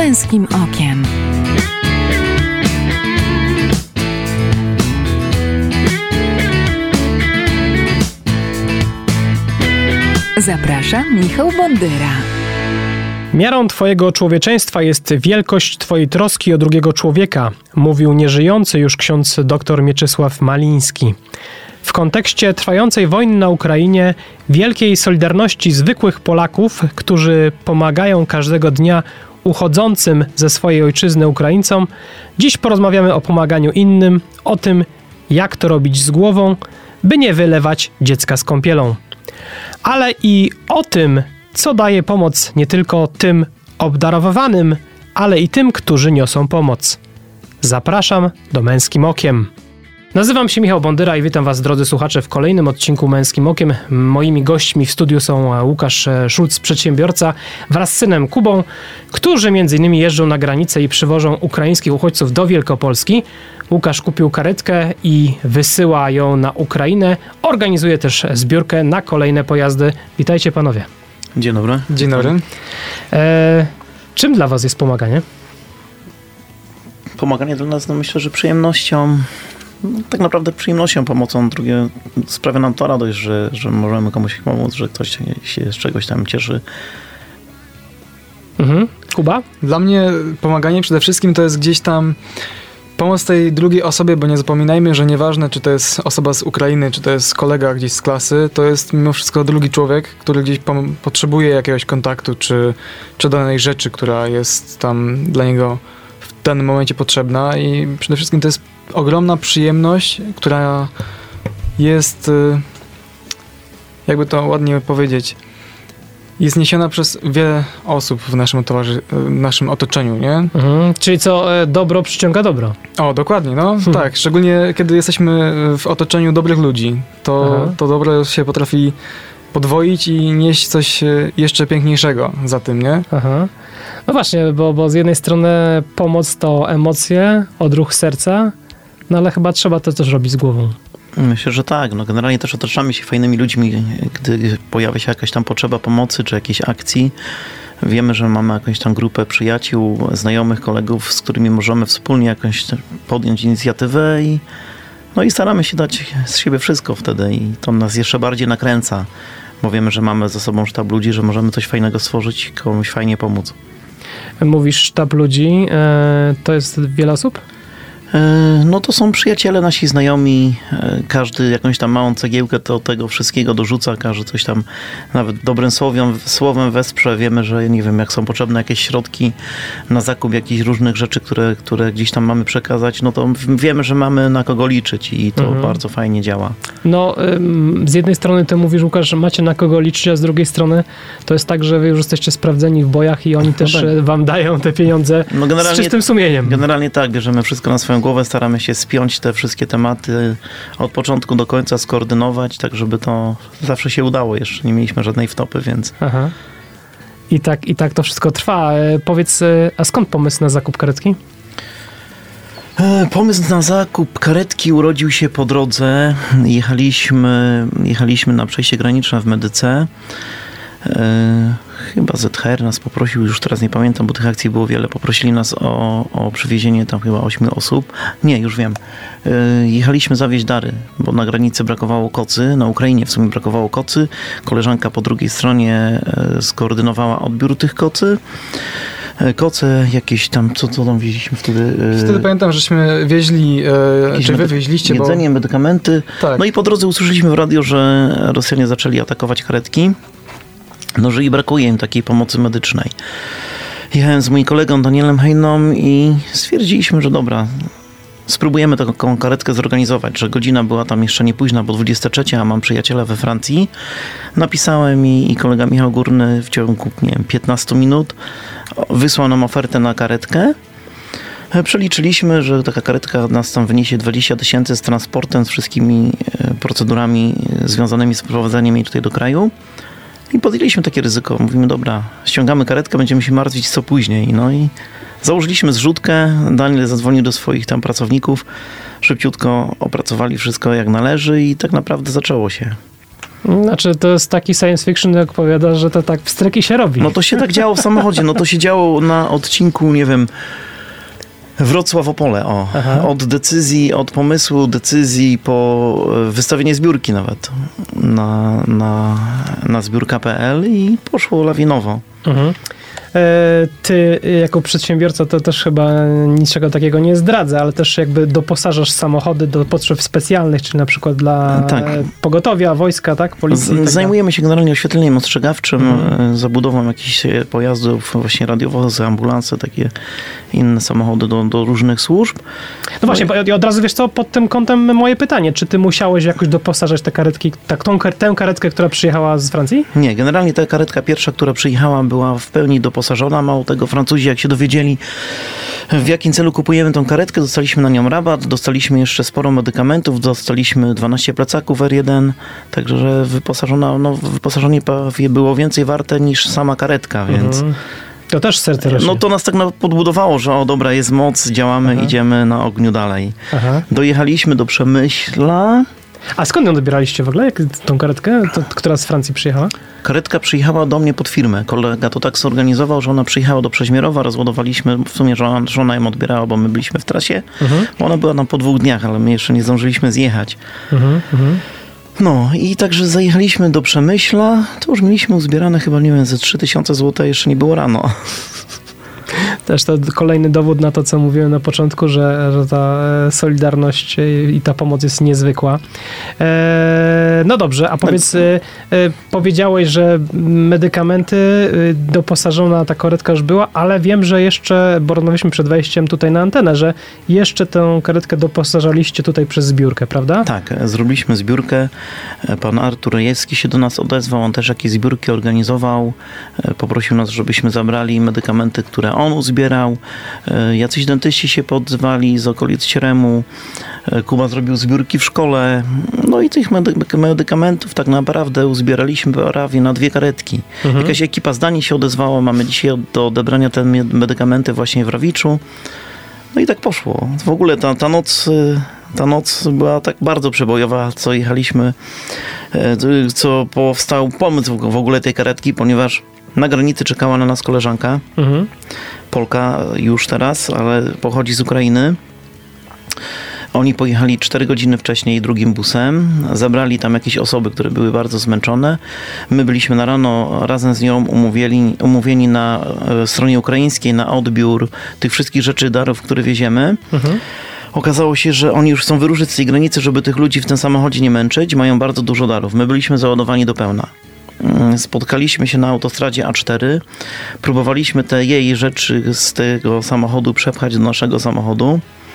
Męskim Okiem. Zaprasza Michał Bondyra. Miarą twojego człowieczeństwa jest wielkość twojej troski o drugiego człowieka, mówił nieżyjący już ksiądz dr Mieczysław Maliński. W kontekście trwającej wojny na Ukrainie, wielkiej solidarności zwykłych Polaków, którzy pomagają każdego dnia uchodzącym ze swojej ojczyzny Ukraińcom, dziś porozmawiamy o pomaganiu innym, o tym, jak to robić z głową, by nie wylewać dziecka z kąpielą. Ale i o tym, co daje pomoc nie tylko tym obdarowanym, ale i tym, którzy niosą pomoc. Zapraszam do Męskim Okiem. Nazywam się Michał Bondyra i witam Was, drodzy słuchacze, w kolejnym odcinku Męskim Okiem. Moimi gośćmi w studiu są Łukasz Szulc, przedsiębiorca, wraz z synem Kubą, którzy m.in. jeżdżą na granicę i przywożą ukraińskich uchodźców do Wielkopolski. Łukasz kupił karetkę i wysyła ją na Ukrainę. Organizuje też zbiórkę na kolejne pojazdy. Witajcie panowie. Dzień dobry. Dzień dobry. Czym dla Was jest pomaganie? Pomaganie dla nas, myślę, że przyjemnością, tak naprawdę przyjemnością, pomocą drugie sprawia nam to radość, że możemy komuś pomóc, że ktoś się z czegoś tam cieszy. Kuba? Dla mnie pomaganie przede wszystkim to jest gdzieś tam pomoc tej drugiej osobie, bo nie zapominajmy, że nieważne, czy to jest osoba z Ukrainy, czy to jest kolega gdzieś z klasy, to jest mimo wszystko drugi człowiek, który gdzieś potrzebuje jakiegoś kontaktu, czy danej rzeczy, która jest tam dla niego w danym momencie potrzebna i przede wszystkim to jest ogromna przyjemność, która jest, jakby to ładnie powiedzieć, jest niesiona przez wiele osób w naszym otoczeniu, nie? Czyli co, dobro przyciąga dobro. O, dokładnie, no tak. Szczególnie kiedy jesteśmy w otoczeniu dobrych ludzi, to dobro się potrafi podwoić i nieść coś jeszcze piękniejszego za tym, nie? Aha. No właśnie, bo z jednej strony pomoc to emocje, odruch serca, no ale chyba trzeba to też robić z głową. Myślę, że tak. No generalnie też otaczamy się fajnymi ludźmi, gdy pojawia się jakaś tam potrzeba pomocy czy jakiejś akcji. Wiemy, że mamy jakąś tam grupę przyjaciół, znajomych, kolegów, z którymi możemy wspólnie jakąś podjąć inicjatywę i staramy się dać z siebie wszystko wtedy i to nas jeszcze bardziej nakręca, bo wiemy, że mamy ze sobą sztab ludzi, że możemy coś fajnego stworzyć i komuś fajnie pomóc. Mówisz sztab ludzi, to jest wiele osób? No to są przyjaciele, nasi znajomi, każdy jakąś tam małą cegiełkę do tego wszystkiego dorzuca, każdy coś tam nawet dobrym słowem wesprze. Wiemy, że nie wiem, jak są potrzebne jakieś środki na zakup jakichś różnych rzeczy, które gdzieś tam mamy przekazać, no to wiemy, że mamy na kogo liczyć i to bardzo fajnie działa. No, z jednej strony ty mówisz, Łukasz, że macie na kogo liczyć, a z drugiej strony to jest tak, że wy już jesteście sprawdzeni w bojach i oni też wam dają te pieniądze z czystym sumieniem. Generalnie tak, bierzemy wszystko na swoją głowę, staramy się spiąć te wszystkie tematy od początku do końca, skoordynować, tak żeby to zawsze się udało. Jeszcze nie mieliśmy żadnej wtopy, więc... Aha. I tak to wszystko trwa. Powiedz, a skąd pomysł na zakup karetki? Pomysł na zakup karetki urodził się po drodze. Jechaliśmy na przejście graniczne w Medyce. Chyba ZHR nas poprosił, już teraz nie pamiętam, bo tych akcji było wiele, poprosili nas o przywiezienie tam chyba 8 osób. Nie, już wiem. Jechaliśmy zawieźć dary, bo na granicy brakowało kocy, na Ukrainie w sumie brakowało kocy. Koleżanka po drugiej stronie skoordynowała odbiór tych kocy. Koce jakieś tam, co tam wieźliśmy wtedy? Wtedy pamiętam, żeśmy wieźli, czy wy wieźliście, jedzenie, medykamenty. Tak. No i po drodze usłyszeliśmy w radio, że Rosjanie zaczęli atakować karetki. No, że i brakuje im takiej pomocy medycznej. Jechałem z moim kolegą Danielem Hejną i stwierdziliśmy, że dobra, spróbujemy taką karetkę zorganizować, że godzina była tam jeszcze nie późna, bo 23, a mam przyjaciela we Francji. Napisałem i kolega Michał Górny w ciągu, 15 minut wysłał nam ofertę na karetkę. Przeliczyliśmy, że taka karetka nas tam wyniesie 20 000 z transportem, z wszystkimi procedurami związanymi z wprowadzeniem jej tutaj do kraju. I podjęliśmy takie ryzyko. Mówimy, dobra, ściągamy karetkę, będziemy się martwić co później. No i założyliśmy zrzutkę. Daniel zadzwonił do swoich tam pracowników. Szybciutko opracowali wszystko jak należy i tak naprawdę zaczęło się. Znaczy, to jest taki science fiction, jak powiada, że to tak pstryki się robi. No to się tak działo w samochodzie, no to się działo na odcinku, nie wiem, Wrocław-Opole, Aha. Od decyzji, od pomysłu decyzji po wystawienie zbiórki nawet na zbiórka.pl i poszło lawinowo. Mhm. Ty jako przedsiębiorca to też chyba niczego takiego nie zdradza, ale też jakby doposażasz samochody do potrzeb specjalnych, czyli na przykład dla pogotowia, wojska, tak? Policji. Zajmujemy się generalnie oświetleniem ostrzegawczym, zabudową jakichś pojazdów, właśnie radiowozy, ambulanse, takie inne samochody do różnych służb. No właśnie, i od razu wiesz co, pod tym kątem moje pytanie, czy ty musiałeś jakoś doposażać te karetki, tę karetkę, która przyjechała z Francji? Nie, generalnie ta karetka pierwsza, która przyjechała, była w pełni doposażona. Mało tego, Francuzi, jak się dowiedzieli, w jakim celu kupujemy tą karetkę, dostaliśmy na nią rabat, dostaliśmy jeszcze sporo medykamentów, dostaliśmy 12 plecaków R1, także wyposażenie było więcej warte niż sama karetka, więc... To też serce rośnie. No to nas tak podbudowało, że dobra, jest moc, działamy, idziemy na ogniu dalej. Aha. Dojechaliśmy do Przemyśla. A skąd ją dobieraliście w ogóle, tą karetkę, która z Francji przyjechała? Karetka przyjechała do mnie pod firmę. Kolega to tak zorganizował, że ona przyjechała do Przeźmierowa, rozładowaliśmy, w sumie żona ją odbierała, bo my byliśmy w trasie. Bo ona była tam po 2 dniach, ale my jeszcze nie zdążyliśmy zjechać. No i także zajechaliśmy do Przemyśla, to już mieliśmy uzbierane chyba, nie wiem, ze 3000 zł, jeszcze nie było rano. Też to kolejny dowód na to, co mówiłem na początku, że ta solidarność i ta pomoc jest niezwykła. No dobrze, a powiedz, powiedziałeś, że medykamenty, doposażona ta karetka już była, ale wiem, że jeszcze, bo rozmawialiśmy przed wejściem tutaj na antenę, że jeszcze tę karetkę doposażaliście tutaj przez zbiórkę, prawda? Tak, zrobiliśmy zbiórkę. Pan Artur Rejewski się do nas odezwał, on też jakieś zbiórki organizował. Poprosił nas, żebyśmy zabrali medykamenty, które on uzbierał. Jacyś dentyści się podzwali z okolic Śremu. Kuba zrobił zbiórki w szkole. No i tych medykamentów tak naprawdę uzbieraliśmy prawie na 2 karetki. Jakaś ekipa z Danii się odezwała. Mamy dzisiaj do odebrania te medykamenty właśnie w Rawiczu. No i tak poszło. W ogóle ta noc była tak bardzo przebojowa, co jechaliśmy, co powstał pomysł w ogóle tej karetki, ponieważ na granicy czekała na nas koleżanka, Polka już teraz, ale pochodzi z Ukrainy. Oni pojechali 4 godziny wcześniej drugim busem, zabrali tam jakieś osoby, które były bardzo zmęczone. My byliśmy na rano razem z nią umówieni na stronie ukraińskiej na odbiór tych wszystkich rzeczy, darów, które wieziemy. Okazało się, że oni już chcą wyruszyć z tej granicy, żeby tych ludzi w tym samochodzie nie męczyć. Mają bardzo dużo darów. My byliśmy załadowani do pełna. Spotkaliśmy się na autostradzie A4. Próbowaliśmy te jej rzeczy z tego samochodu przepchać do naszego samochodu.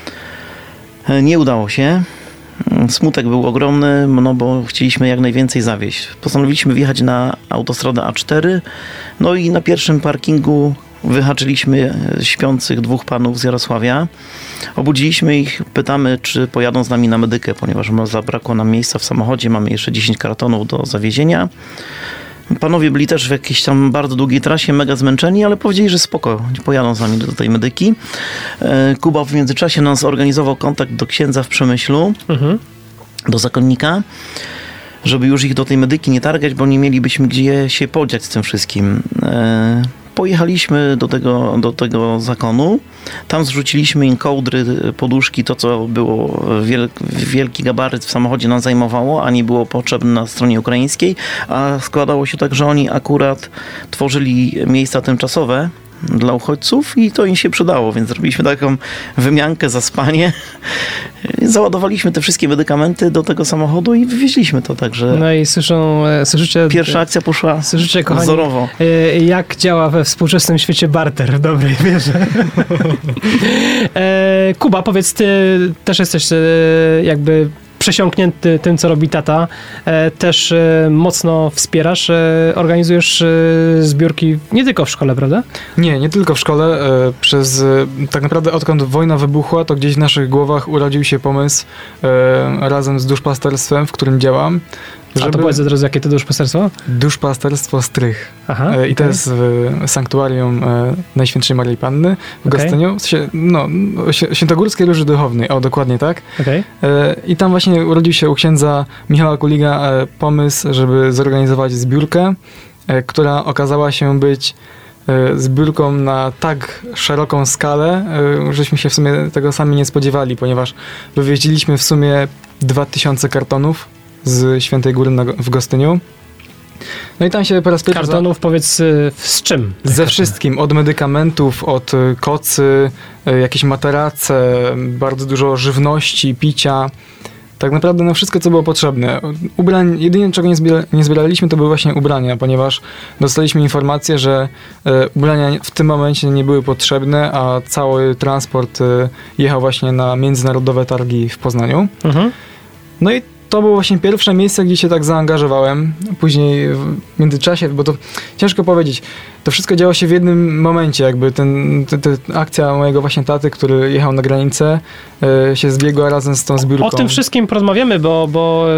Nie udało się. Smutek był ogromny, no bo chcieliśmy jak najwięcej zawieźć. Postanowiliśmy wjechać na autostradę A4. No i na pierwszym parkingu wyhaczyliśmy śpiących 2 panów z Jarosławia. Obudziliśmy ich, pytamy, czy pojadą z nami na medykę, ponieważ zabrakło nam miejsca w samochodzie. Mamy jeszcze 10 kartonów do zawiezienia. Panowie byli też w jakiejś tam bardzo długiej trasie, mega zmęczeni, ale powiedzieli, że spoko, pojadą z nami do tej medyki. Kuba w międzyczasie nas organizował kontakt do księdza w Przemyślu, do zakonnika, żeby już ich do tej medyki nie targać, bo nie mielibyśmy gdzie się podziać z tym wszystkim. Pojechaliśmy do tego zakonu. Tam zrzuciliśmy im kołdry, poduszki, to co było wielki gabaryt w samochodzie nam zajmowało, a nie było potrzebne na stronie ukraińskiej, a składało się tak, że oni akurat tworzyli miejsca tymczasowe dla uchodźców i to im się przydało, więc zrobiliśmy taką wymiankę za spanie. Załadowaliśmy te wszystkie medykamenty do tego samochodu i wywieźliśmy to, także... No i słyszycie... Pierwsza akcja poszła wzorowo. Jak działa we współczesnym świecie barter w dobrej wierze. Kuba, powiedz, ty też jesteś jakby przesiąknięty tym, co robi tata. Też mocno wspierasz, organizujesz zbiórki nie tylko w szkole, prawda? Nie tylko w szkole. Tak naprawdę odkąd wojna wybuchła, to gdzieś w naszych głowach urodził się pomysł razem z duszpasterstwem, w którym działam, A to powiedz od razu, jakie to duszpasterstwo? Duszpasterstwo Strych. Aha, I to jest w sanktuarium Najświętszej Maryi Panny w Gostyniu. Świętogórskiej Róży Duchownej, dokładnie tak. I tam właśnie urodził się u księdza Michała Kuliga pomysł, żeby zorganizować zbiórkę, która okazała się być zbiórką na tak szeroką skalę, żeśmy się w sumie tego sami nie spodziewali, ponieważ wywieźliśmy w sumie 2000 kartonów z Świętej Góry w Gostyniu. No i tam się po raz pierwszy... Kartonów powiedz z czym? Ze wszystkim, od medykamentów, od kocy, jakieś materace, bardzo dużo żywności, picia. Tak naprawdę wszystko, co było potrzebne. Ubrań, jedynie czego nie zbieraliśmy, to były właśnie ubrania, ponieważ dostaliśmy informację, że ubrania w tym momencie nie były potrzebne, a cały transport jechał właśnie na międzynarodowe targi w Poznaniu. No i to było właśnie pierwsze miejsce, gdzie się tak zaangażowałem. Później w międzyczasie, bo to ciężko powiedzieć, to wszystko działo się w jednym momencie, jakby ta akcja mojego właśnie taty, który jechał na granicę, się zbiegła razem z tą zbiórką. O tym wszystkim porozmawiamy, bo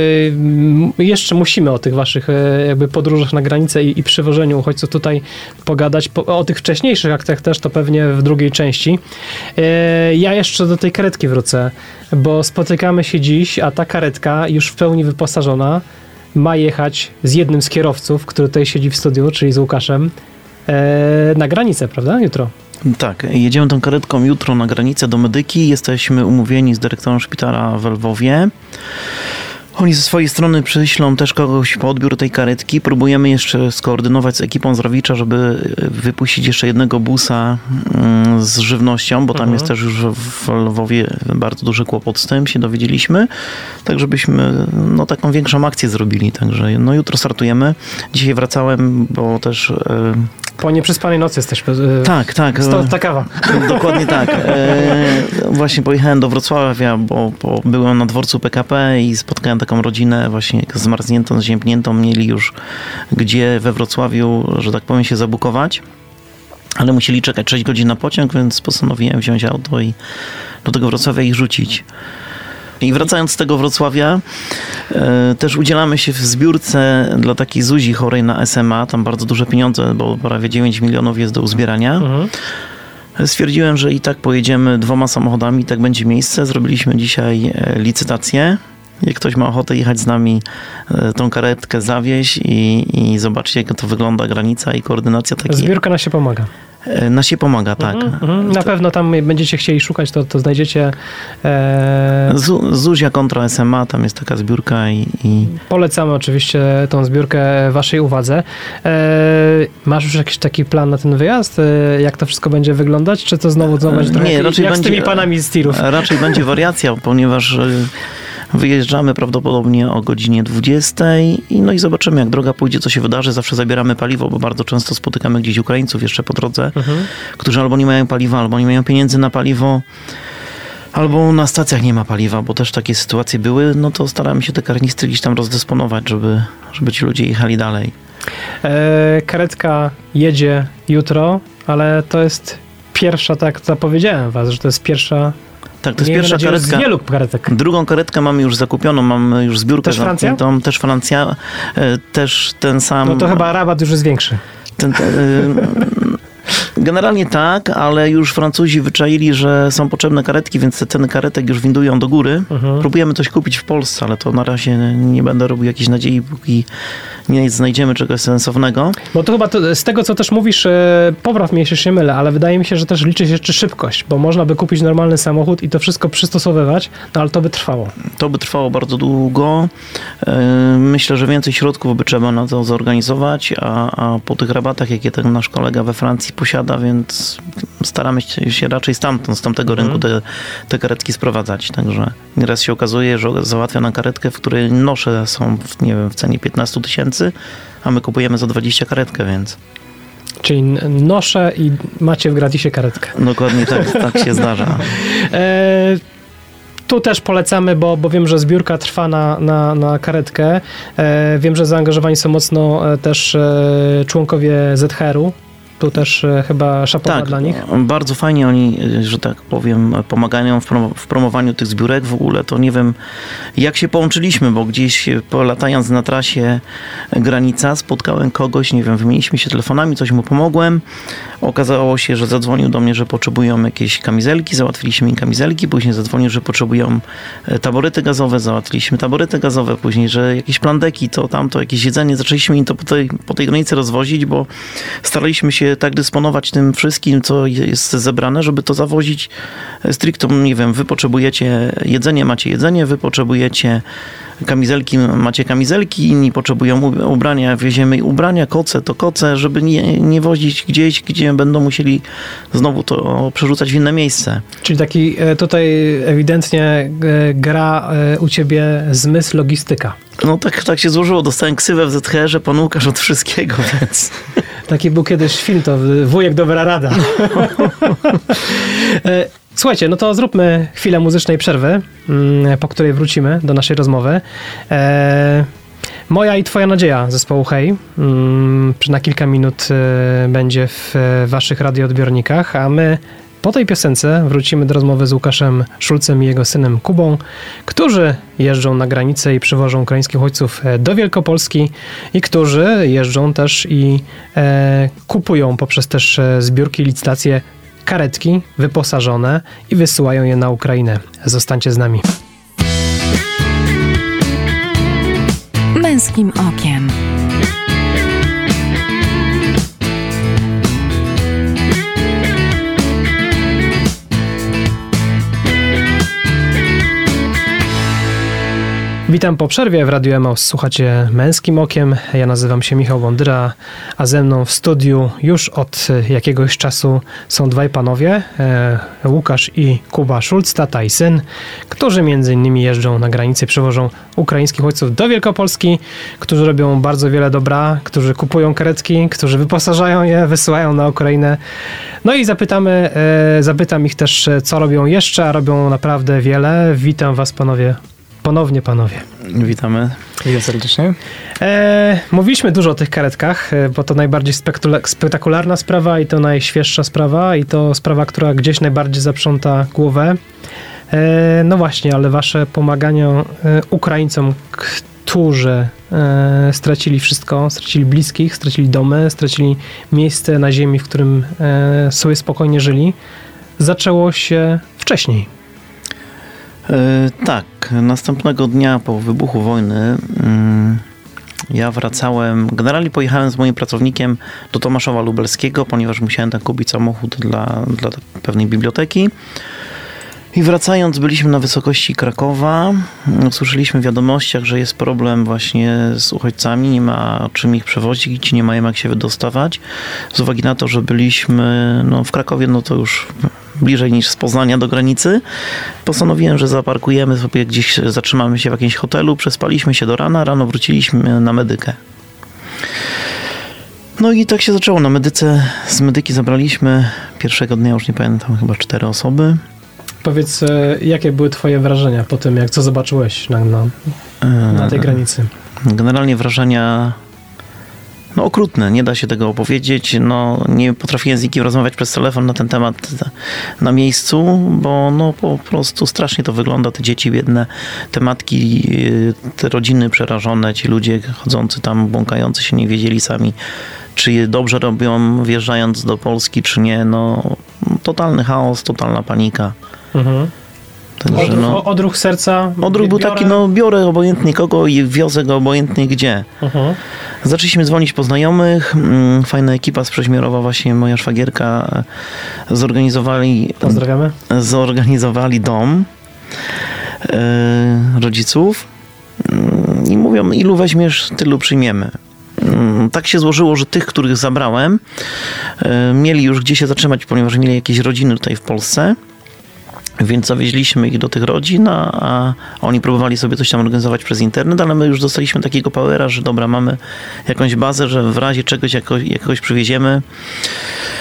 jeszcze musimy o tych waszych jakby podróżach na granicę i przywożeniu uchodźców tutaj pogadać. O tych wcześniejszych akcjach też, to pewnie w drugiej części. Ja jeszcze do tej karetki wrócę, bo spotykamy się dziś, a ta karetka już w pełni wyposażona ma jechać z jednym z kierowców, który tutaj siedzi w studiu, czyli z Łukaszem, na granicę, prawda? Jutro. Tak, jedziemy tą karetką jutro na granicę do Medyki. Jesteśmy umówieni z dyrektorem szpitala w Lwowie. Oni ze swojej strony przyślą też kogoś po odbiór tej karetki. Próbujemy jeszcze skoordynować z ekipą z Rawicza, żeby wypuścić jeszcze jednego busa z żywnością, bo tam jest też już w Lwowie bardzo duży kłopot z tym, się dowiedzieliśmy. Tak, żebyśmy taką większą akcję zrobili. Także jutro startujemy. Dzisiaj wracałem, bo też... Po nieprzespanej nocy jesteśmy. Tak. Stąd ta kawa. Dokładnie tak. Właśnie pojechałem do Wrocławia, bo byłem na dworcu PKP i spotkałem taką rodzinę właśnie zmarzniętą, zziębniętą. Mieli już gdzie we Wrocławiu, że tak powiem, się zabukować. Ale musieli czekać 6 godzin na pociąg, więc postanowiłem wziąć auto i do tego Wrocławia ich rzucić. I wracając z tego Wrocławia, też udzielamy się w zbiórce dla takiej Zuzi chorej na SMA. Tam bardzo duże pieniądze, bo prawie 9 milionów jest do uzbierania. Stwierdziłem, że i tak pojedziemy 2 samochodami, i tak będzie miejsce. Zrobiliśmy dzisiaj licytację. Jak ktoś ma ochotę jechać z nami, tą karetkę zawieźć i zobaczyć, jak to wygląda granica i koordynacja takiej. Zbiórka na się pomaga. Na się pomaga, tak. Na pewno tam będziecie chcieli szukać, to znajdziecie. Zuzia kontra SMA, tam jest taka zbiórka i... Polecamy oczywiście tą zbiórkę waszej uwadze. Masz już jakiś taki plan na ten wyjazd? Jak to wszystko będzie wyglądać? Czy to znowu będzie trochę jak z tymi panami z tirów? Raczej będzie wariacja, ponieważ wyjeżdżamy prawdopodobnie o godzinie 20 i zobaczymy, jak droga pójdzie, co się wydarzy. Zawsze zabieramy paliwo, bo bardzo często spotykamy gdzieś Ukraińców jeszcze po drodze, którzy albo nie mają paliwa, albo nie mają pieniędzy na paliwo, albo na stacjach nie ma paliwa, bo też takie sytuacje były. To staramy się te karnistry gdzieś tam rozdysponować, żeby ci ludzie jechali dalej. Karetka jedzie jutro, ale to jest pierwsza, tak zapowiedziałem was, że to jest pierwsza... Tak, to jest pierwsza karetka. Z wielu karetek. Drugą karetkę mamy już zakupioną, mamy już zbiórkę zamkniętą. Też Francja, też ten sam... No to chyba rabat już jest większy. Generalnie tak, ale już Francuzi wyczaili, że są potrzebne karetki, więc te ceny karetek już windują do góry. Próbujemy coś kupić w Polsce, ale to na razie nie będę robił jakiejś nadziei, póki nie znajdziemy czegoś sensownego. Bo to chyba z tego, co też mówisz, popraw mnie, jeśli się mylę, ale wydaje mi się, że też liczy się jeszcze szybkość, bo można by kupić normalny samochód i to wszystko przystosowywać, ale to by trwało. To by trwało bardzo długo. Myślę, że więcej środków by trzeba na to zorganizować, a po tych rabatach, jakie ten nasz kolega we Francji posiada, więc staramy się raczej z tamtego rynku te karetki sprowadzać. Także nieraz się okazuje, że załatwia na karetkę, w której nosze są w cenie 15 000, a my kupujemy za 20 karetkę, więc... Czyli noszę i macie w gratisie karetkę. Dokładnie tak się zdarza. Tu też polecamy, bo wiem, że zbiórka trwa na karetkę. Wiem, że zaangażowani są mocno też członkowie ZHR-u. Tu też chyba szapoba dla nich. Bardzo fajnie oni, że tak powiem, pomagają w promowaniu tych zbiórek. W ogóle to nie wiem, jak się połączyliśmy, bo gdzieś latając na trasie granica spotkałem kogoś, nie wiem, wymieniliśmy się telefonami, coś mu pomogłem. Okazało się, że zadzwonił do mnie, że potrzebują jakieś kamizelki, załatwiliśmy im kamizelki, później zadzwonił, że potrzebują taborety gazowe, załatwiliśmy taborety gazowe, później, że jakieś plandeki, to tamto, jakieś jedzenie, zaczęliśmy im to po tej granicy rozwozić, bo staraliśmy się tak dysponować tym wszystkim, co jest zebrane, żeby to zawozić stricte, nie wiem, wy potrzebujecie jedzenie, macie jedzenie, wy potrzebujecie kamizelki, macie kamizelki, inni potrzebują ubrania, wieziemy ubrania, koce, to koce, żeby nie wozić gdzieś, gdzie będą musieli znowu to przerzucać w inne miejsce. Czyli taki tutaj ewidentnie gra u ciebie zmysł logistyka. No tak się złożyło. Dostałem ksywę w ZHR-ze Pan Łukasz od wszystkiego, więc... Taki był kiedyś film, to Wujek Dobra Rada. Słuchajcie, no to zróbmy chwilę muzycznej przerwy, po której wrócimy do naszej rozmowy. Moja i Twoja nadzieja zespołu Hej na kilka minut będzie w waszych radioodbiornikach, a my po tej piosence wrócimy do rozmowy z Łukaszem Szulcem i jego synem Kubą, którzy jeżdżą na granicę i przywożą ukraińskich uchodźców do Wielkopolski i którzy jeżdżą też i kupują poprzez też zbiórki i licytacje karetki wyposażone i wysyłają je na Ukrainę. Zostańcie z nami. Męskim okiem. Witam po przerwie w Radiu Emaus. Słuchacie Męskim Okiem. Ja nazywam się Michał Bondyra, a ze mną w studiu już od jakiegoś czasu są dwaj panowie, Łukasz i Kuba Szulc, tata i syn, którzy między innymi jeżdżą na granicę, przywożą ukraińskich uchodźców do Wielkopolski, którzy robią bardzo wiele dobra, którzy kupują karetki, którzy wyposażają je, wysyłają na Ukrainę. No i zapytam ich też, co robią jeszcze, a robią naprawdę wiele. Witam was ponownie panowie. Witamy. Witam serdecznie. Mówiliśmy dużo o tych karetkach, bo to najbardziej spektakularna sprawa i to najświeższa sprawa i to sprawa, która gdzieś najbardziej zaprząta głowę. No właśnie, ale wasze pomaganie Ukraińcom, którzy stracili wszystko, stracili bliskich, stracili domy, stracili miejsce na ziemi, w którym sobie spokojnie żyli, zaczęło się wcześniej. Tak, następnego dnia po wybuchu wojny ja wracałem, generalnie pojechałem z moim pracownikiem do Tomaszowa Lubelskiego, ponieważ musiałem tam kupić samochód dla pewnej biblioteki. I wracając, byliśmy na wysokości Krakowa. Usłyszeliśmy w wiadomościach, że jest problem właśnie z uchodźcami, nie ma czym ich przewozić, nie mają jak się wydostawać. Z uwagi na to, że byliśmy w Krakowie, no to już bliżej niż z Poznania do granicy, postanowiłem, że zaparkujemy sobie gdzieś, zatrzymamy się w jakimś hotelu, przespaliśmy się do rana, rano wróciliśmy na medykę. No i tak się zaczęło. Z medyki zabraliśmy pierwszego dnia, już nie pamiętam, chyba 4 osoby. Powiedz, jakie były twoje wrażenia po tym, co zobaczyłeś na tej granicy? Generalnie wrażenia okrutne, nie da się tego opowiedzieć. Nie potrafiłem z nikim rozmawiać przez telefon na ten temat na miejscu, bo po prostu strasznie to wygląda. Te dzieci biedne, te matki, te rodziny przerażone, ci ludzie chodzący tam, błąkający się, nie wiedzieli sami, czy je dobrze robią, wjeżdżając do Polski, czy nie. Totalny chaos, totalna panika. Mhm. Także, odruch serca? Odruch był taki, biorę obojętnie kogo i wiozę go obojętnie gdzie. Uh-huh. Zaczęliśmy dzwonić po znajomych. Fajna ekipa z Przeźmierowa, właśnie moja szwagierka, zorganizowali dom rodziców i mówią, ilu weźmiesz, tylu przyjmiemy. Tak się złożyło, że tych, których zabrałem, mieli już gdzie się zatrzymać, ponieważ mieli jakieś rodziny tutaj w Polsce. Więc zawieźliśmy ich do tych rodzin, a oni próbowali sobie coś tam organizować przez internet, ale my już dostaliśmy takiego powera, że dobra, mamy jakąś bazę, że w razie czegoś jakoś przywieziemy.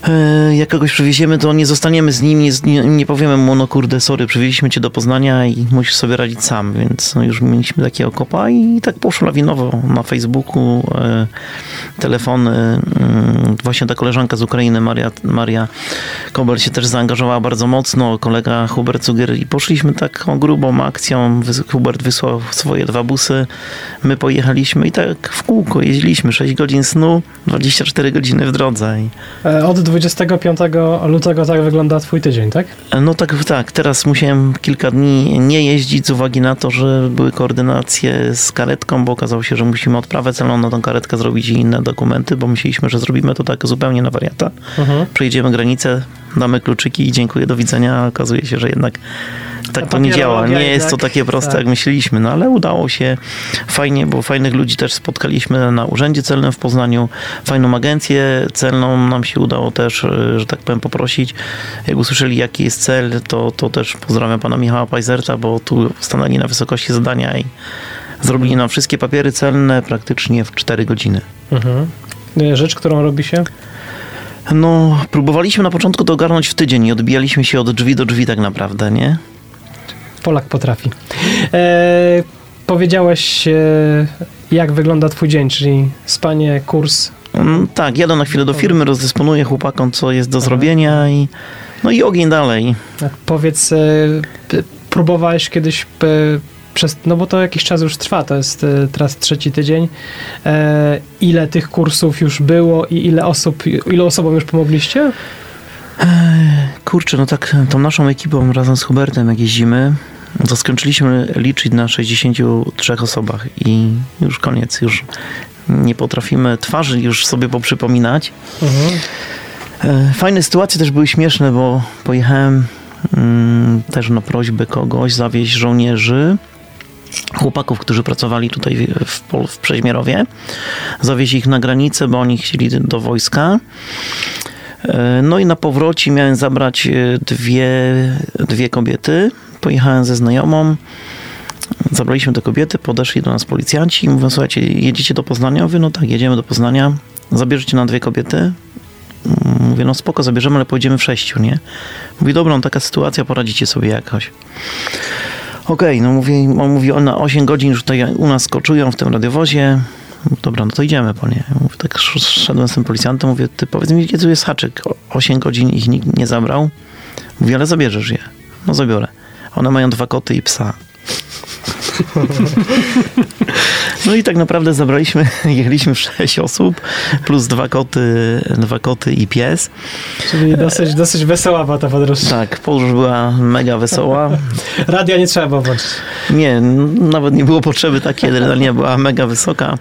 Jak kogoś przywieziemy, to nie zostaniemy z nim, nie powiemy mu, no kurde, sorry, przywieźliśmy cię do Poznania i musisz sobie radzić sam, więc no już mieliśmy takiego kopa i tak poszło lawinowo na Facebooku, telefony. Właśnie ta koleżanka z Ukrainy, Maria Kobel się też zaangażowała bardzo mocno, kolega Hubert Cugier i poszliśmy taką grubą akcją. Hubert wysłał swoje 2 busy, my pojechaliśmy i tak w kółko jeździliśmy, 6 godzin snu, 24 godziny w drodze. Od 25 lutego tak wygląda twój tydzień, tak? No tak. Teraz musiałem kilka dni nie jeździć z uwagi na to, że były koordynacje z karetką, bo okazało się, że musimy odprawę celną na tą karetkę zrobić i inne dokumenty, bo myśleliśmy, że zrobimy to tak zupełnie na wariata. Przejdziemy granicę, damy kluczyki i dziękuję, do widzenia. A okazuje się, że jednak tak to nie działa. Nie jest to takie proste, jak myśleliśmy, no ale udało się fajnie, bo fajnych ludzi też spotkaliśmy na Urzędzie Celnym w Poznaniu. Fajną agencję celną nam się udało też, że tak powiem, poprosić. Jak usłyszeli, jaki jest cel, to też pozdrawiam pana Michała Pajzerta, bo tu stanęli na wysokości zadania i zrobili nam wszystkie papiery celne praktycznie w 4 godziny. Rzecz, którą robi się? No, próbowaliśmy na początku to ogarnąć w tydzień i odbijaliśmy się od drzwi do drzwi tak naprawdę, nie? Polak potrafi. Powiedziałeś, jak wygląda twój dzień, czyli spanie, kurs. Tak, jadę na chwilę do firmy, rozdysponuję chłopakom, co jest do zrobienia i ogień dalej. Powiedz, próbowałeś kiedyś no bo to jakiś czas już trwa, to jest teraz 3. tydzień. Ile tych kursów już było i ilu osobom już pomogliście? Kurczę, no tak, tą naszą ekipą razem z Hubertem, jak jeździmy, to skończyliśmy liczyć na 63 osobach i już koniec, już nie potrafimy twarzy już sobie poprzypominać. Fajne sytuacje też były śmieszne, bo pojechałem też na prośbę kogoś zawieźć żołnierzy, chłopaków, którzy pracowali tutaj w Przeźmierowie, zawieźć ich na granicę, bo oni chcieli do wojska. No i na powrocie miałem zabrać dwie kobiety. Pojechałem ze znajomą, zabraliśmy te kobiety, podeszli do nas policjanci i mówią, słuchajcie, jedziecie do Poznania? Mówię, no tak, jedziemy do Poznania, zabierzecie nam 2 kobiety? Mówię, no spoko, zabierzemy, ale pojedziemy w 6, nie? Mówi, dobra, no taka sytuacja, poradzicie sobie jakoś. Okej, no mówi, na 8 godzin już tutaj u nas koczują w tym radiowozie. Dobra, no to idziemy po nie. Mówię, tak szedłem z tym policjantem, mówię, ty powiedz mi, gdzie tu jest haczyk? 8 godzin ich nikt nie zabrał. Mówi, ale zabierzesz je. No zabiorę. One mają 2 koty i psa. No i tak naprawdę jechaliśmy 6 osób, plus 2 koty i pies. Czyli dosyć wesoła była ta podróż. Tak, podróż była mega wesoła. Radia nie trzeba było włączyć. Nie, nawet nie było potrzeby takiej, adrenalina była mega wysoka.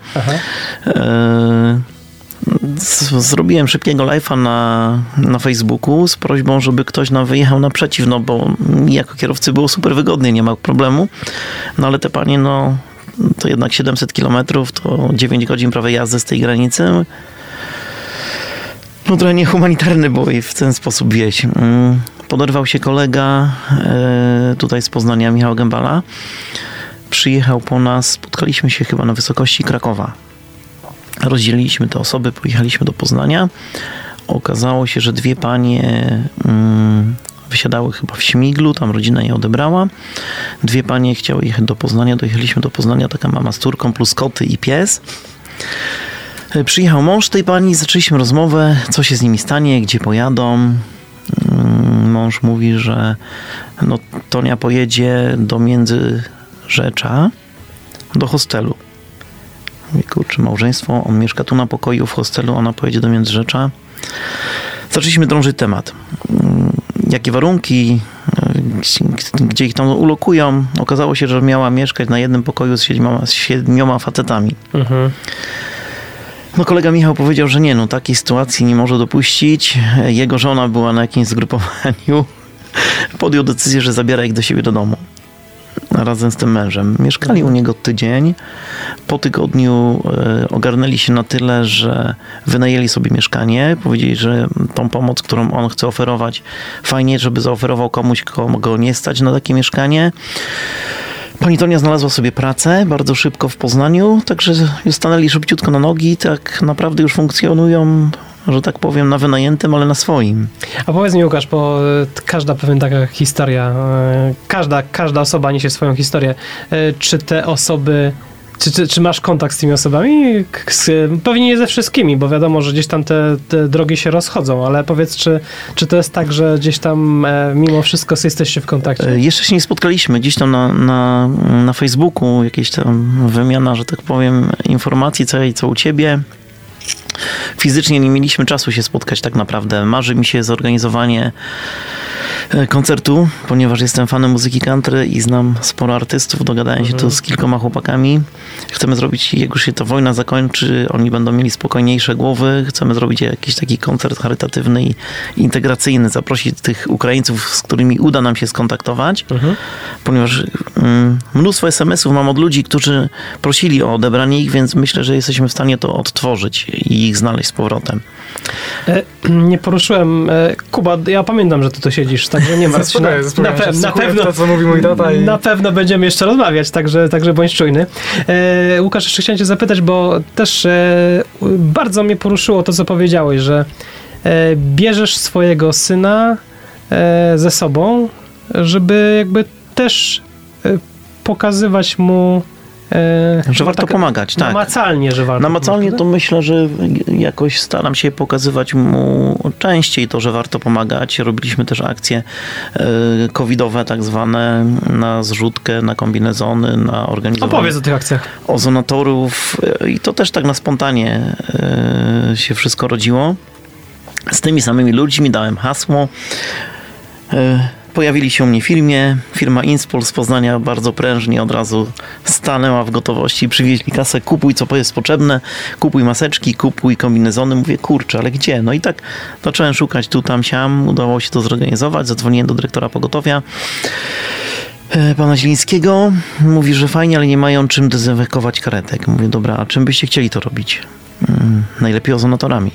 Zrobiłem szybkiego live'a na Facebooku z prośbą, żeby ktoś nam wyjechał naprzeciw, no bo mi jako kierowcy było super wygodnie, nie ma problemu. No ale te panie, no to jednak 700 kilometrów, to 9 godzin prawie jazdy z tej granicy. No trochę niehumanitarny było i w ten sposób wieść. Poderwał się kolega tutaj z Poznania, Michał Gębala. Przyjechał po nas, spotkaliśmy się chyba na wysokości Krakowa. Rozdzieliliśmy te osoby, pojechaliśmy do Poznania. Okazało się, że 2 panie wysiadały chyba w Śmiglu, tam rodzina je odebrała. 2 panie chciały jechać do Poznania, dojechaliśmy do Poznania, taka mama z córką plus koty i pies. Przyjechał mąż tej pani, zaczęliśmy rozmowę, co się z nimi stanie, gdzie pojadą. Mąż mówi, że no, Tonia pojedzie do Międzyrzecza, do hostelu. Mówi, kurczę, małżeństwo, on mieszka tu na pokoju w hostelu, ona pojedzie do Międzyrzecza. Zaczęliśmy drążyć temat. Jakie warunki, gdzie ich tam ulokują. Okazało się, że miała mieszkać na jednym pokoju z 7 facetami. No kolega Michał powiedział, że nie, no takiej sytuacji nie może dopuścić. Jego żona była na jakimś zgrupowaniu. Podjął decyzję, że zabiera ich do siebie do domu. Razem z tym mężem. Mieszkali u niego tydzień. Po tygodniu ogarnęli się na tyle, że wynajęli sobie mieszkanie. Powiedzieli, że tą pomoc, którą on chce oferować, fajnie, żeby zaoferował komuś, kogo nie stać na takie mieszkanie. Pani Tonia znalazła sobie pracę bardzo szybko w Poznaniu, także już stanęli szybciutko na nogi, tak naprawdę już funkcjonują że tak powiem, na wynajętym, ale na swoim. A powiedz mi, Łukasz, bo każda pewnie taka historia, każda osoba niesie swoją historię. Czy te osoby, czy masz kontakt z tymi osobami? Pewnie nie ze wszystkimi, bo wiadomo, że gdzieś tam te drogi się rozchodzą, ale powiedz, czy to jest tak, że gdzieś tam mimo wszystko jesteście w kontakcie? Jeszcze się nie spotkaliśmy. Gdzieś tam na Facebooku jakieś tam wymiana, że tak powiem, informacji, co u ciebie. Fizycznie nie mieliśmy czasu się spotkać tak naprawdę. Marzy mi się zorganizowanie koncertu, ponieważ jestem fanem muzyki country i znam sporo artystów. Dogadałem się tu z kilkoma chłopakami. Chcemy zrobić, jak już się ta wojna zakończy, oni będą mieli spokojniejsze głowy. Chcemy zrobić jakiś taki koncert charytatywny i integracyjny. Zaprosić tych Ukraińców, z którymi uda nam się skontaktować. Ponieważ mnóstwo SMS-ów mam od ludzi, którzy prosili o odebranie ich, więc myślę, że jesteśmy w stanie to odtworzyć i ich znaleźć z powrotem. Nie poruszyłem. Kuba, ja pamiętam, że ty tu siedzisz, także nie martw się. Na pewno to, co mówi mój tata. Na pewno będziemy jeszcze rozmawiać, także bądź czujny. Łukasz, jeszcze chciałem cię zapytać, bo też bardzo mnie poruszyło to, co powiedziałeś, że bierzesz swojego syna ze sobą, żeby jakby też pokazywać mu że warto pomagać, tak. Namacalnie, że warto Namacalnie pomagać, to myślę, że jakoś staram się pokazywać mu częściej to, że warto pomagać. Robiliśmy też akcje covidowe tak zwane, na zrzutkę, na kombinezony, na organizowanie. Opowiedz o tych akcjach. Ozonatorów i to też tak na spontanie się wszystko rodziło. Z tymi samymi ludźmi dałem hasło. Pojawili się u mnie w firmie. Firma Inspol z Poznania bardzo prężnie od razu stanęła w gotowości. Przywieźli kasę, kupuj co jest potrzebne, kupuj maseczki, kupuj kombinezony. Mówię, kurczę, ale gdzie? No i tak zacząłem szukać tu, tam, siam. Udało się to zorganizować. Zadzwoniłem do dyrektora pogotowia, pana Zielińskiego. Mówi, że fajnie, ale nie mają czym dezynfekować karetek. Mówię, dobra, a czym byście chcieli to robić? Najlepiej ozonatorami.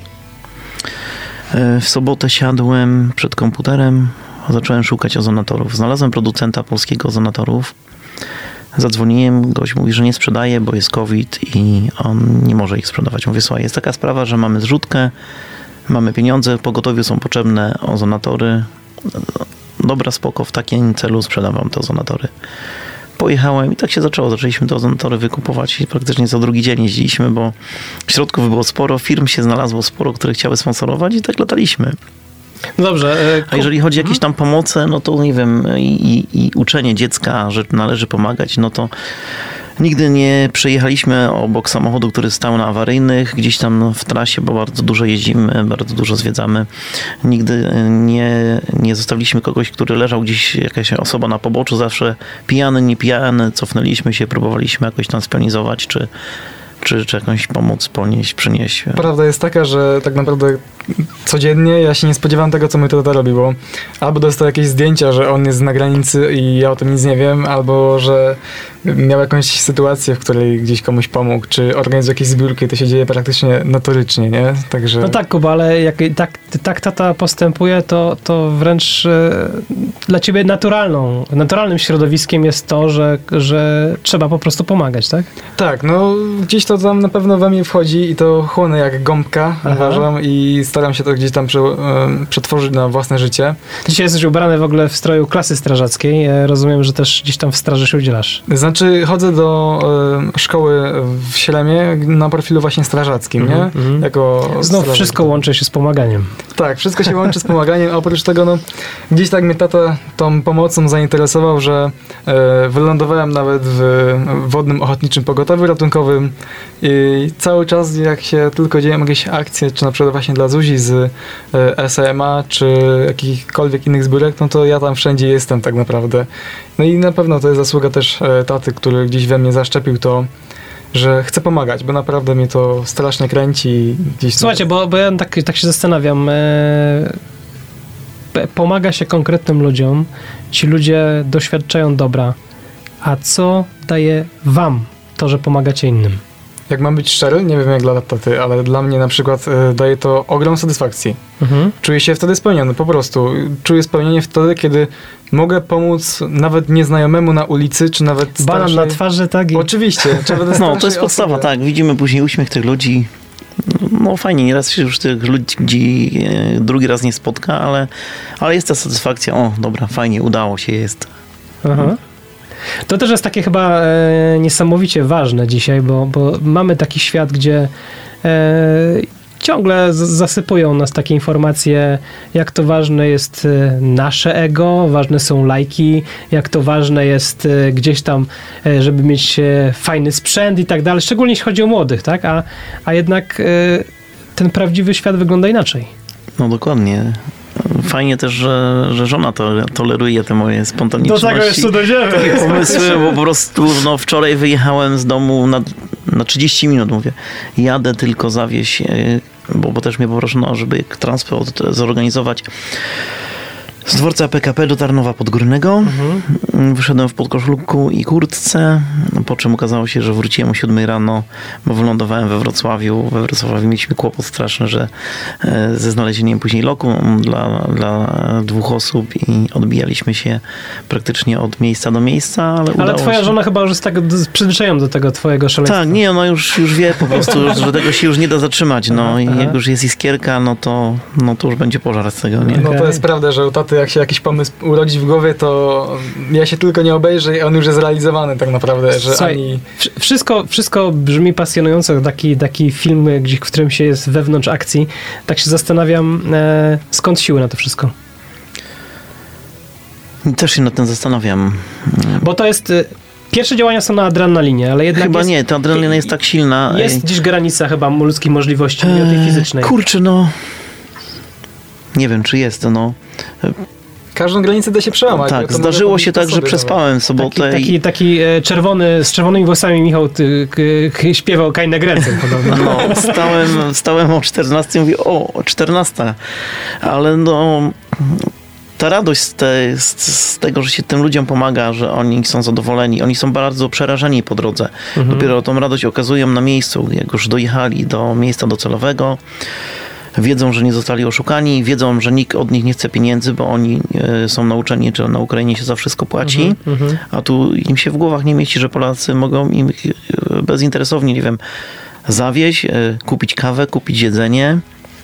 W sobotę siadłem przed komputerem, zacząłem szukać ozonatorów. Znalazłem producenta polskiego ozonatorów. Zadzwoniłem, gość mówi, że nie sprzedaje, bo jest COVID i on nie może ich sprzedawać. Mówię, słuchaj, jest taka sprawa, że mamy zrzutkę, mamy pieniądze, w pogotowiu są potrzebne ozonatory. Dobra, spoko, w takim celu sprzedawam te ozonatory. Pojechałem i tak się zaczęło. Zaczęliśmy te ozonatory wykupować i praktycznie co drugi dzień jeździliśmy, bo środków było sporo, firm się znalazło sporo, które chciały sponsorować i tak lataliśmy. Dobrze. A jeżeli chodzi o jakieś tam pomoce, no to nie wiem, i uczenie dziecka, że należy pomagać, no to nigdy nie przejechaliśmy obok samochodu, który stał na awaryjnych, gdzieś tam w trasie, bo bardzo dużo jeździmy, bardzo dużo zwiedzamy. Nigdy nie zostawiliśmy kogoś, który leżał gdzieś, jakaś osoba na poboczu, zawsze pijany, nie pijany, cofnęliśmy się, próbowaliśmy jakoś tam spionizować, czy jakąś pomoc ponieść, przynieść. Prawda jest taka, że tak naprawdę codziennie ja się nie spodziewam tego, co mój tata robi, bo albo dostał jakieś zdjęcia, że on jest na granicy i ja o tym nic nie wiem, albo że miał jakąś sytuację, w której gdzieś komuś pomógł, czy organizuje jakieś zbiórki, to się dzieje praktycznie notorycznie, nie? Także... No tak, Kuba, ale jak tak tata postępuje, to wręcz dla ciebie naturalnym środowiskiem jest to, że trzeba po prostu pomagać, tak? Tak, no gdzieś to tam na pewno we mnie wchodzi i to chłonę jak gąbka, uważam, i staram się to gdzieś tam przetworzyć na własne życie. Dzisiaj jesteś ubrany w ogóle w stroju klasy strażackiej. Rozumiem, że też gdzieś tam w straży się udzielasz. Znaczy chodzę do szkoły w Śremie na profilu właśnie strażackim, nie? Jako znów wszystko łączy się z pomaganiem. Tak, wszystko się łączy z pomaganiem, a oprócz tego, no, gdzieś tak mnie tata tą pomocą zainteresował, że wylądowałem nawet w Wodnym Ochotniczym Pogotowiu Ratunkowym i cały czas, jak się tylko dzieją jakieś akcje, czy na przykład właśnie dla Zuzi z SMA, czy jakichkolwiek innych zbiórek, no to ja tam wszędzie jestem tak naprawdę. No i na pewno to jest zasługa też taty, który gdzieś we mnie zaszczepił to, że chcę pomagać, bo naprawdę mnie to strasznie kręci. Gdzieś Słuchajcie, bo ja tak się zastanawiam. Pomaga się konkretnym ludziom, ci ludzie doświadczają dobra. A co daje wam to, że pomagacie innym? Jak mam być szczery, nie wiem jak dla taty, ale dla mnie na przykład daje to ogrom satysfakcji. Czuję się wtedy spełniony, po prostu. Czuję spełnienie wtedy, kiedy mogę pomóc nawet nieznajomemu na ulicy, czy nawet banan na twarzy, tak? Oczywiście. No, to jest podstawa, tak. Widzimy później uśmiech tych ludzi. no fajnie, nieraz się już tych ludzi drugi raz nie spotka, ale jest ta satysfakcja, o dobra, fajnie, udało się, jest. Aha. To też jest takie chyba niesamowicie ważne dzisiaj, bo mamy taki świat, gdzie ciągle zasypują nas takie informacje, jak to ważne jest nasze ego, ważne są lajki, jak to ważne jest gdzieś tam, żeby mieć fajny sprzęt i tak dalej, szczególnie jeśli chodzi o młodych, tak? A jednak ten prawdziwy świat wygląda inaczej. No dokładnie. Fajnie też, że żona toleruje te moje spontaniczności. Do tego jeszcze dojdziemy. Takie pomysły, bo po prostu wczoraj wyjechałem z domu na 30 minut, mówię, jadę tylko zawieźć, bo też mnie poproszono, żeby transport zorganizować z dworca PKP do Tarnowa Podgórnego. Wyszedłem w podkoszulku i kurtce, po czym okazało się, że wróciłem o 7 rano, bo wylądowałem we Wrocławiu. We Wrocławiu mieliśmy kłopot straszny, że ze znalezieniem później loku dla 2 osób i odbijaliśmy się praktycznie od miejsca do miejsca, ale twoja żona chyba już jest tak przyzwyczajona do tego twojego szaleństwa. Tak, nie, ona już wie po prostu, że tego się już nie da zatrzymać. No i jak już jest iskierka, no to już będzie pożar z tego, nie? No to jest prawda, że u taty jak się jakiś pomysł urodzi w głowie, to ja się tylko nie obejrzę i on już jest zrealizowany tak naprawdę. Że Słuchaj, wszystko brzmi pasjonująco, taki film, w którym się jest wewnątrz akcji. Tak się zastanawiam, skąd siły na to wszystko? Też się nad tym zastanawiam. Bo to jest... Pierwsze działania są na adrenalinie, ale jednak chyba nie, ta adrenalina jest tak silna. Jest gdzieś granica chyba ludzkiej możliwości, nie tej fizycznej. Kurczę, no... Nie wiem, czy jest to, no... Każdą granicę da się przełamać. Tak, zdarzyło się tak, że przespałem sobotę. Taki czerwony, z czerwonymi włosami Michał śpiewał Kajne Grecję podobno. No, stałem o 14 i mówię, o 14. Ale no... Ta radość z tego, że się tym ludziom pomaga, że oni są zadowoleni, oni są bardzo przerażeni po drodze. Dopiero tą radość okazują na miejscu, jak już dojechali do miejsca docelowego. Wiedzą, że nie zostali oszukani, wiedzą, że nikt od nich nie chce pieniędzy, bo oni są nauczeni, że na Ukrainie się za wszystko płaci, a tu im się w głowach nie mieści, że Polacy mogą im bezinteresownie, nie wiem, zawieźć, kupić kawę, kupić jedzenie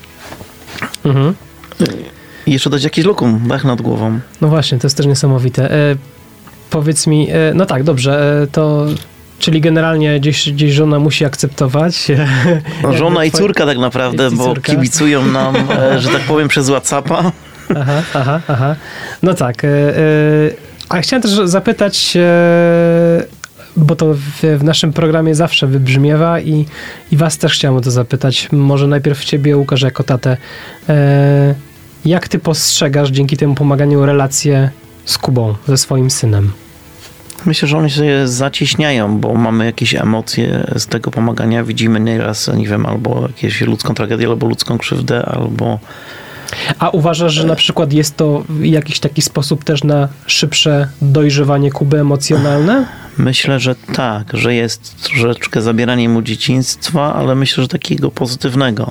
i jeszcze dać jakiś lokum, dach nad głową. No właśnie, to jest też niesamowite. Powiedz mi, no tak, dobrze, to... Czyli generalnie gdzieś żona musi akceptować. No, żona i córka tak naprawdę, bo kibicują nam, że tak powiem, przez WhatsAppa. Aha. No tak. A chciałem też zapytać, bo to w naszym programie zawsze wybrzmiewa i was też chciałem o to zapytać. Może najpierw ciebie, Łukasz, jako tatę. Jak ty postrzegasz dzięki temu pomaganiu relacje z Kubą, ze swoim synem? Myślę, że oni się zacieśniają, bo mamy jakieś emocje z tego pomagania. Widzimy nieraz, nie wiem, albo jakąś ludzką tragedię, albo ludzką krzywdę, albo... A uważasz, że na przykład jest to jakiś taki sposób też na szybsze dojrzewanie Kuby emocjonalne? Myślę, że tak, że jest troszeczkę zabieranie mu dzieciństwa, ale myślę, że takiego pozytywnego.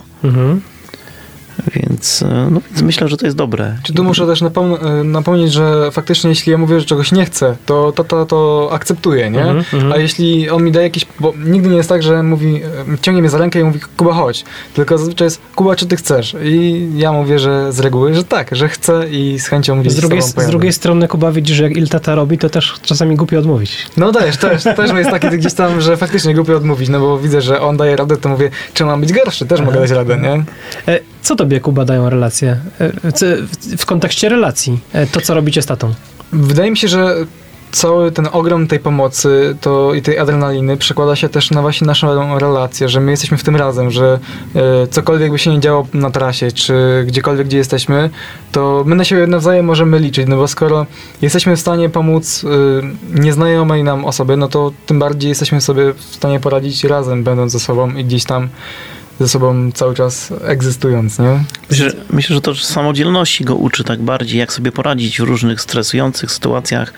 Więc myślę, że to jest dobre. Czy tu muszę też napomnieć, że faktycznie jeśli ja mówię, że czegoś nie chcę, to akceptuję, nie? A jeśli on mi daje jakieś... Bo nigdy nie jest tak, że mówi, ciągnie mnie za rękę i mówi, Kuba, chodź. Tylko zazwyczaj jest, Kuba, czy ty chcesz? I ja mówię, że z reguły, że tak, że chcę i z chęcią gdzieś z drugiej strony, Kuba, widzisz, że jak il tata robi, to też czasami głupio odmówić. No też jest takie gdzieś tam, że faktycznie głupio odmówić, no bo widzę, że on daje radę, to mówię, czy mam być gorszy? Też mogę dać radę, nie? Co tobie, Kuba, dają relacje? W kontekście relacji, to co robicie z tatą? Wydaje mi się, że cały ten ogrom tej pomocy i tej adrenaliny przekłada się też na właśnie naszą relację, że my jesteśmy w tym razem, że cokolwiek by się nie działo na trasie, czy gdziekolwiek, gdzie jesteśmy, to my na siebie nawzajem możemy liczyć, no bo skoro jesteśmy w stanie pomóc nieznajomej nam osobie, no to tym bardziej jesteśmy sobie w stanie poradzić razem, będąc ze sobą i gdzieś tam ze sobą cały czas egzystując, nie? Myślę, że to samodzielności go uczy tak bardziej, jak sobie poradzić w różnych stresujących sytuacjach.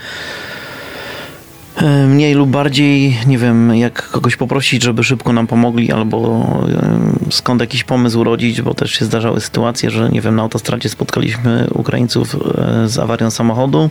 Mniej lub bardziej, nie wiem, jak kogoś poprosić, żeby szybko nam pomogli, albo skąd jakiś pomysł urodzić, bo też się zdarzały sytuacje, że nie wiem, na autostradzie spotkaliśmy Ukraińców z awarią samochodu.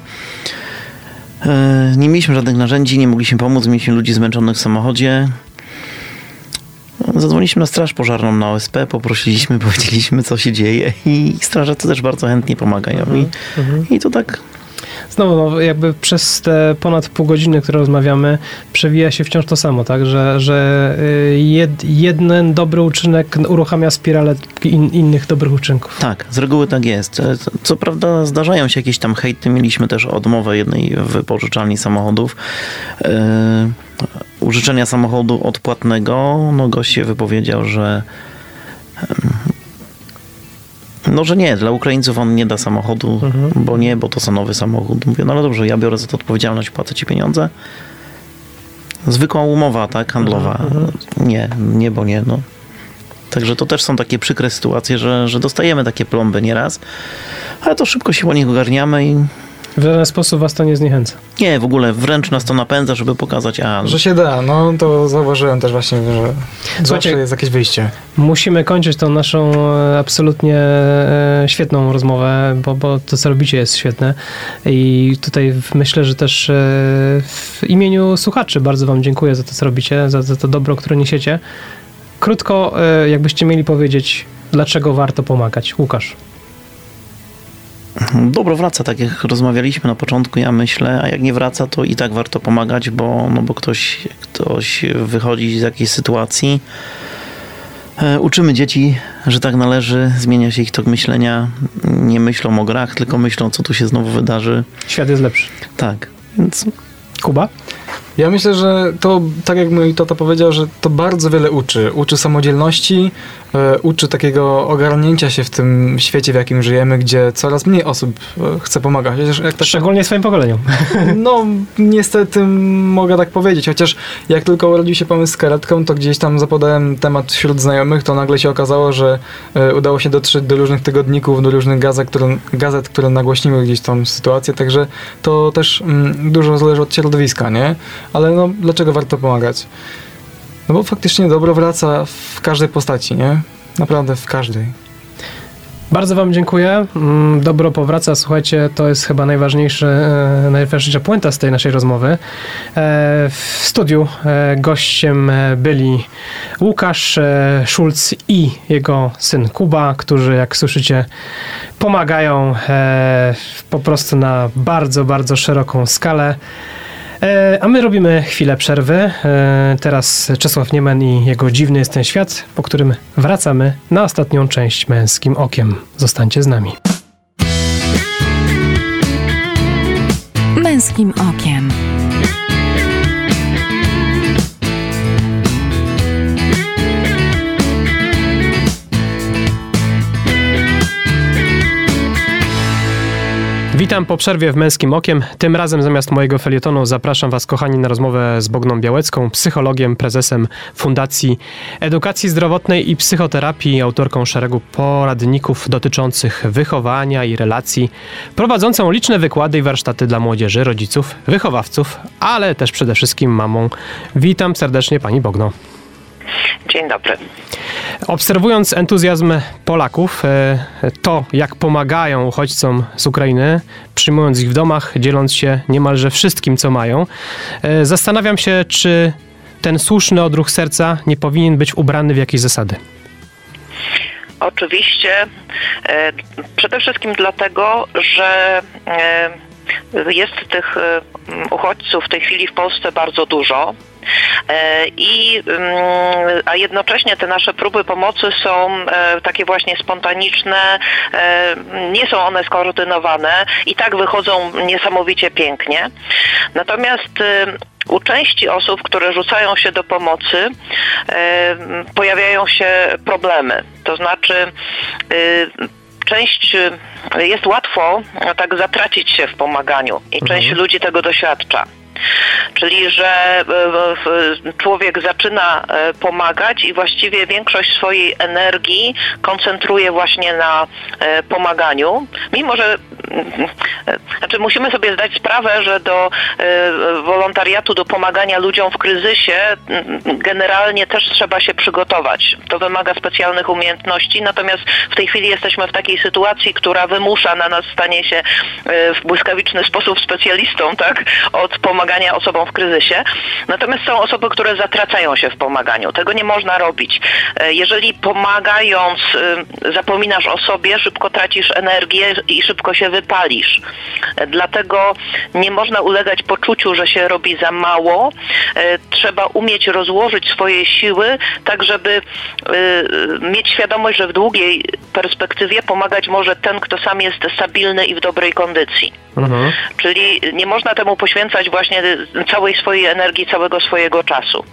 Nie mieliśmy żadnych narzędzi, nie mogliśmy pomóc, mieliśmy ludzi zmęczonych w samochodzie. Zadzwoniliśmy na straż pożarną, na OSP, powiedzieliśmy, co się dzieje i strażacy też bardzo chętnie pomagają. I to tak... Znowu, jakby przez te ponad pół godziny, które rozmawiamy, przewija się wciąż to samo, tak? Że jeden dobry uczynek uruchamia spiralę innych dobrych uczynków. Tak, z reguły tak jest. Co prawda zdarzają się jakieś tam hejty. Mieliśmy też odmowę jednej wypożyczalni samochodów. Użyczenia samochodu odpłatnego. Gość się wypowiedział, że że nie, dla Ukraińców on nie da samochodu, bo to za nowy samochód. Mówię, ale dobrze, ja biorę za to odpowiedzialność, płacę ci pieniądze. Zwykła umowa, tak, handlowa. Nie, bo nie, Także to też są takie przykre sytuacje, że dostajemy takie plomby nieraz, ale to szybko się po nich ogarniamy i... W żaden sposób was to nie zniechęca? Nie, w ogóle wręcz nas to napędza, żeby pokazać, że się da, to zauważyłem też właśnie, że zawsze jest jakieś wyjście. Musimy kończyć tą naszą absolutnie świetną rozmowę, bo to, co robicie, jest świetne i tutaj myślę, że też w imieniu słuchaczy bardzo wam dziękuję za to, co robicie, za to dobro, które niesiecie. Krótko, jakbyście mieli powiedzieć, dlaczego warto pomagać. Łukasz. Dobro wraca, tak jak rozmawialiśmy na początku, ja myślę, a jak nie wraca, to i tak warto pomagać, bo ktoś wychodzi z jakiejś sytuacji. Uczymy dzieci, że tak należy, zmienia się ich tok myślenia, nie myślą o grach, tylko myślą, co tu się znowu wydarzy. Świat jest lepszy. Tak, więc... Kuba? Ja myślę, że to, tak jak mój tata powiedział, że to bardzo wiele uczy. Uczy samodzielności, uczy takiego ogarnięcia się w tym świecie, w jakim żyjemy, gdzie coraz mniej osób chce pomagać. Szczególnie swoim pokoleniom. Niestety mogę tak powiedzieć, chociaż jak tylko urodził się pomysł z karetką, to gdzieś tam zapodałem temat wśród znajomych, to nagle się okazało, że udało się dotrzeć do różnych tygodników, do różnych gazet, które nagłośniły gdzieś tam sytuację, także to też dużo zależy od środowiska, nie? Ale dlaczego warto pomagać? Bo faktycznie dobro wraca w każdej postaci, nie? Naprawdę w każdej. Bardzo wam dziękuję. Dobro powraca. Słuchajcie, to jest chyba najważniejsza puenta z tej naszej rozmowy. W studiu gościem byli Łukasz Szulc i jego syn Kuba, którzy, jak słyszycie, pomagają po prostu na bardzo, bardzo szeroką skalę. A my robimy chwilę przerwy. Teraz Czesław Niemen i jego Dziwny jest ten świat, po którym wracamy na ostatnią część Męskim Okiem. Zostańcie z nami. Męskim Okiem. Witam po przerwie w Męskim Okiem. Tym razem zamiast mojego felietonu zapraszam was, kochani, na rozmowę z Bogną Białecką, psychologiem, prezesem Fundacji Edukacji Zdrowotnej i Psychoterapii, autorką szeregu poradników dotyczących wychowania i relacji, prowadzącą liczne wykłady i warsztaty dla młodzieży, rodziców, wychowawców, ale też przede wszystkim mamą. Witam serdecznie, pani Bogno. Dzień dobry. Obserwując entuzjazm Polaków, to jak pomagają uchodźcom z Ukrainy, przyjmując ich w domach, dzieląc się niemalże wszystkim, co mają, zastanawiam się, czy ten słuszny odruch serca nie powinien być ubrany w jakieś zasady. Oczywiście. Przede wszystkim dlatego, że jest tych uchodźców w tej chwili w Polsce bardzo dużo. A jednocześnie te nasze próby pomocy są takie właśnie spontaniczne, nie są one skoordynowane i tak wychodzą niesamowicie pięknie. Natomiast u części osób, które rzucają się do pomocy, pojawiają się problemy. To znaczy jest łatwo tak zatracić się w pomaganiu i część ludzi tego doświadcza. Czyli, że człowiek zaczyna pomagać i właściwie większość swojej energii koncentruje właśnie na pomaganiu, mimo że Znaczy musimy sobie zdać sprawę, że do wolontariatu, do pomagania ludziom w kryzysie generalnie też trzeba się przygotować. To wymaga specjalnych umiejętności, natomiast w tej chwili jesteśmy w takiej sytuacji, która wymusza na nas stanie się w błyskawiczny sposób specjalistą, tak, od pomagania osobom w kryzysie. Natomiast są osoby, które zatracają się w pomaganiu. Tego nie można robić. Jeżeli pomagając zapominasz o sobie, szybko tracisz energię i szybko się wypalisz. Dlatego nie można ulegać poczuciu, że się robi za mało. Trzeba umieć rozłożyć swoje siły, tak żeby mieć świadomość, że w długiej perspektywie pomagać może ten, kto sam jest stabilny i w dobrej kondycji. Czyli nie można temu poświęcać właśnie całej swojej energii, całego swojego czasu.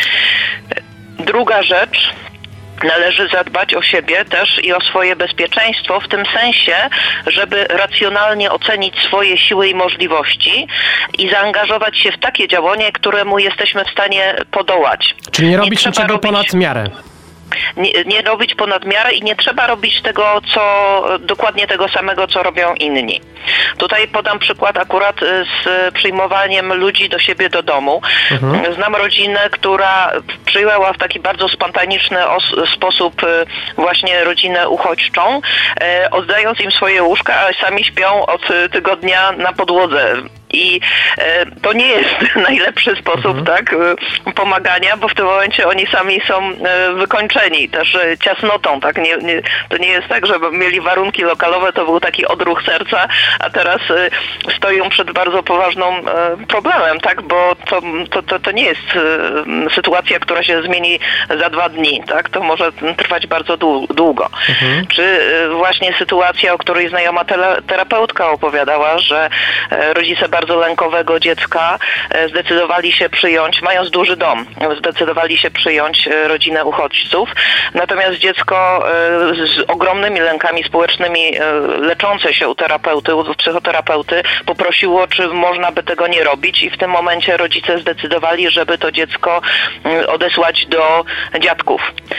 Druga rzecz, należy zadbać o siebie też i o swoje bezpieczeństwo w tym sensie, żeby racjonalnie ocenić swoje siły i możliwości i zaangażować się w takie działanie, któremu jesteśmy w stanie podołać. Czyli nie robić niczego ponad miarę. Nie robić ponad miarę i nie trzeba robić tego, dokładnie tego samego, co robią inni. Tutaj podam przykład akurat z przyjmowaniem ludzi do siebie do domu. Znam rodzinę, która przyjęła w taki bardzo spontaniczny sposób właśnie rodzinę uchodźczą, oddając im swoje łóżka, ale sami śpią od tygodnia na podłodze. I to nie jest najlepszy sposób tak, pomagania, bo w tym momencie oni sami są wykończeni też ciasnotą. Tak? To nie jest tak, że mieli warunki lokalowe, to był taki odruch serca, a teraz stoją przed bardzo poważnym problemem, tak? Bo to nie jest sytuacja, która się zmieni za 2 dni. Tak? To może trwać bardzo długo. Czy właśnie sytuacja, o której znajoma terapeutka opowiadała, że rodzice bardzo lękowego dziecka zdecydowali się przyjąć, mając duży dom, zdecydowali się przyjąć rodzinę uchodźców. Natomiast dziecko z ogromnymi lękami społecznymi leczące się u terapeuty, u psychoterapeuty poprosiło, czy można by tego nie robić i w tym momencie rodzice zdecydowali, żeby to dziecko odesłać do dziadków.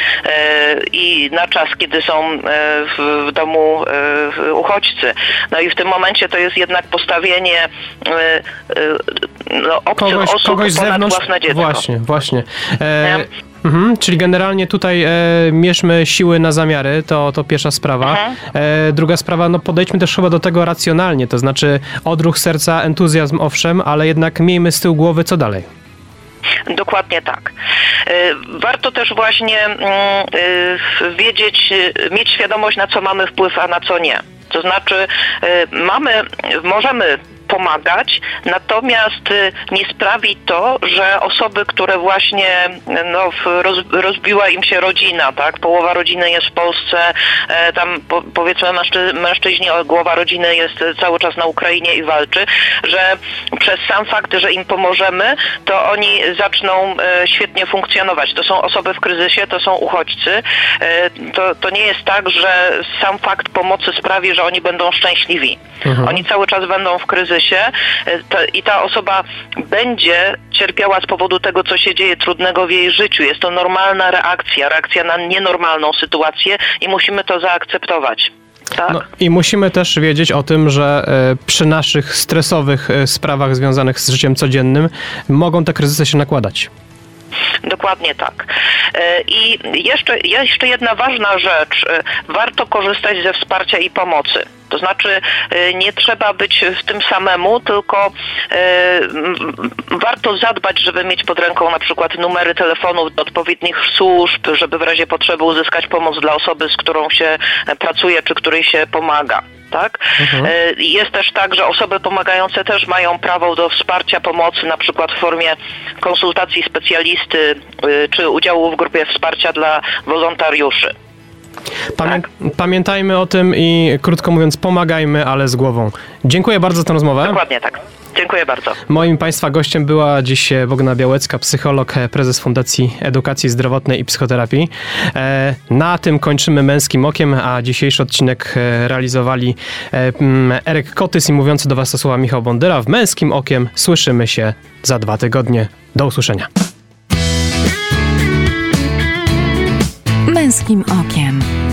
I na czas, kiedy są w domu uchodźcy. No i w tym momencie to jest jednak postawienie obcych osób kogoś z ponad zewnątrz. Własne dziecko. Właśnie. Czyli generalnie tutaj mierzmy siły na zamiary, to pierwsza sprawa. Druga sprawa, podejdźmy też chyba do tego racjonalnie, to znaczy odruch serca, entuzjazm owszem, ale jednak miejmy z tyłu głowy, co dalej. Dokładnie tak. Warto też właśnie wiedzieć, mieć świadomość, na co mamy wpływ, a na co nie. To znaczy możemy pomagać, natomiast nie sprawi to, że osoby, które właśnie rozbiła im się rodzina, tak? Połowa rodziny jest w Polsce, tam powiedzmy mężczyźni, głowa rodziny jest cały czas na Ukrainie i walczy, że przez sam fakt, że im pomożemy, to oni zaczną świetnie funkcjonować. To są osoby w kryzysie, to są uchodźcy. To nie jest tak, że sam fakt pomocy sprawi, że oni będą szczęśliwi. Oni cały czas będą w kryzysie i ta osoba będzie cierpiała z powodu tego, co się dzieje trudnego w jej życiu. Jest to normalna reakcja na nienormalną sytuację i musimy to zaakceptować. Tak? I musimy też wiedzieć o tym, że przy naszych stresowych sprawach związanych z życiem codziennym mogą te kryzysy się nakładać. Dokładnie tak. I jeszcze jedna ważna rzecz. Warto korzystać ze wsparcia i pomocy. To znaczy nie trzeba być w tym samemu, tylko warto zadbać, żeby mieć pod ręką na przykład numery telefonów do odpowiednich służb, żeby w razie potrzeby uzyskać pomoc dla osoby, z którą się pracuje, czy której się pomaga. Tak? Jest też tak, że osoby pomagające też mają prawo do wsparcia, pomocy, na przykład w formie konsultacji specjalisty, czy udziału w grupie wsparcia dla wolontariuszy. Pamiętajmy o tym i krótko mówiąc pomagajmy, ale z głową. Dziękuję bardzo za tę rozmowę. Dokładnie tak. Dziękuję bardzo. Moim Państwa gościem była dziś Bogna Białecka, psycholog, prezes Fundacji Edukacji Zdrowotnej i Psychoterapii. Na tym kończymy Męskim Okiem, a dzisiejszy odcinek realizowali Erek Kotys i mówiący do Was to słowa Michał Bondyra. W Męskim Okiem słyszymy się za 2 tygodnie. Do usłyszenia. Męskim Okiem.